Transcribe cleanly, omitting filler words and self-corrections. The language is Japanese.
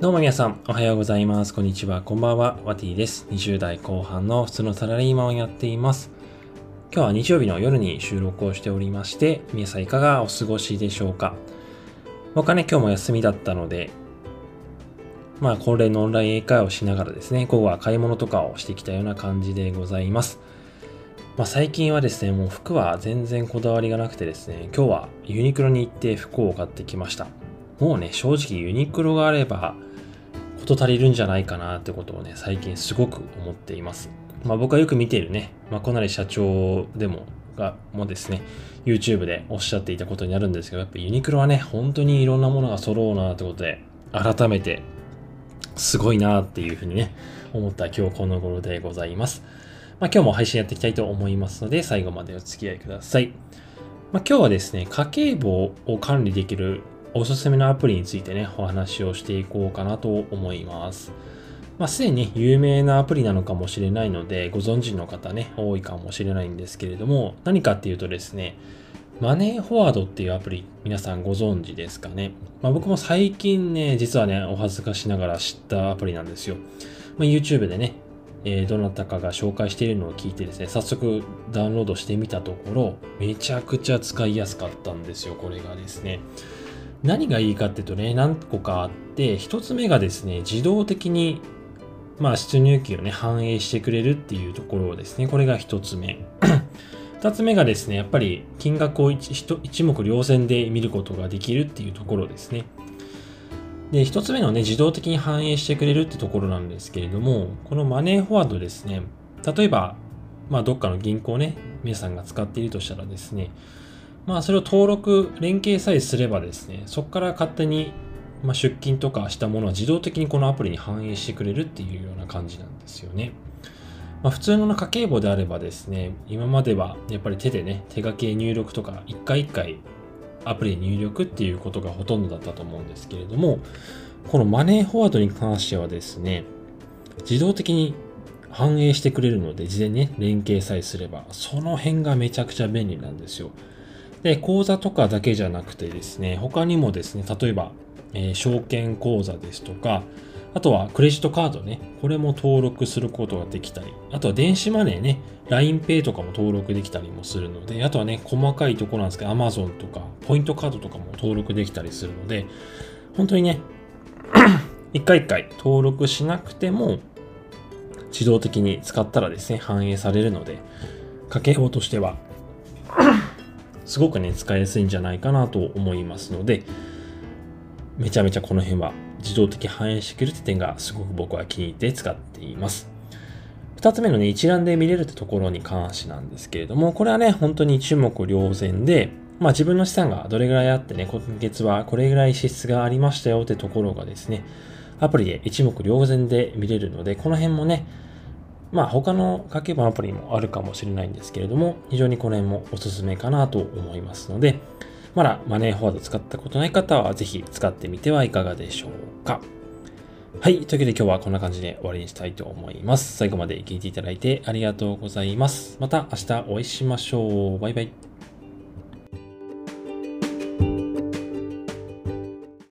どうも皆さん、おはようございます。こんにちは、こんばんは。ワティです。20代後半の普通のサラリーマンをやっています。今日は日曜日の夜に収録をしておりまして、皆さんいかがお過ごしでしょうか。僕はね、今日も休みだったので、恒例のオンライン英会話をしながらですね、午後は買い物とかをしてきたような感じでございます。最近はですね、もう服は全然こだわりがなくてですね、今日はユニクロに行って服を買ってきました。もうね、正直ユニクロがあれば、こと足りるんじゃないかなってことをね、最近すごく思っています。僕はよく見ているね、小成社長もですね、YouTube でおっしゃっていたことになるんですけど、やっぱユニクロはね、本当にいろんなものが揃うなってことで、改めてすごいなっていうふうにね、思った今日この頃でございます。今日も配信やっていきたいと思いますので、最後までお付き合いください。今日はですね、家計簿を管理できるおすすめのアプリについてね、お話をしていこうかなと思います。すでに有名なアプリなのかもしれないので、ご存知の方ね、多いかもしれないんですけれども、何かっていうとですね、マネーフォワードっていうアプリ、皆さんご存知ですかね。僕も最近ね、実はね、お恥ずかしながら知ったアプリなんですよ。YouTube でね、どなたかが紹介しているのを聞いてですね、早速ダウンロードしてみたところ、めちゃくちゃ使いやすかったんですよ、これがですね。何がいいかっていうとね、何個かあって、一つ目がですね、自動的に、出入金をね、反映してくれるっていうところですね。これが一つ目。二つ目がですね、やっぱり金額を一目瞭然で見ることができるっていうところですね。で、一つ目のね、自動的に反映してくれるってところなんですけれども、このマネーフォワードですね、例えば、どっかの銀行ね、皆さんが使っているとしたらですね、それを連携さえすればですね、そこから勝手に、出金とかしたものは自動的にこのアプリに反映してくれるっていうような感じなんですよね。普通の家計簿であればですね、今まではやっぱり手でね、手書き入力とか、一回一回アプリに入力っていうことがほとんどだったと思うんですけれども、このマネーフォワードに関してはですね、自動的に反映してくれるので、事前にね、連携さえすれば、その辺がめちゃくちゃ便利なんですよ。で、口座とかだけじゃなくてですね、他にもですね、例えば、証券口座ですとか、あとはクレジットカードね、これも登録することができたり、あとは電子マネーね、LINEPay とかも登録できたりもするので、あとはね、細かいところなんですけど、Amazon とか、ポイントカードとかも登録できたりするので、本当にね、一回一回登録しなくても、自動的に使ったらですね、反映されるので、家計簿としては、すごくね、使いやすいんじゃないかなと思いますので、めちゃめちゃこの辺は自動的反映してくれるって点がすごく僕は気に入って使っています。二つ目のね、一覧で見れるってところに関してなんですけれども、これはね、本当に一目瞭然で、自分の資産がどれぐらいあってね、今月はこれぐらい支出がありましたよってところがですね、アプリで一目瞭然で見れるので、この辺もね、他の家計簿のアプリもあるかもしれないんですけれども、非常にこの辺もおすすめかなと思いますので、まだマネーフォワード使ったことない方はぜひ使ってみてはいかがでしょうか。はい。というわけで今日はこんな感じで終わりにしたいと思います。最後まで聞いていただいてありがとうございます。また明日お会いしましょう。バイバイ。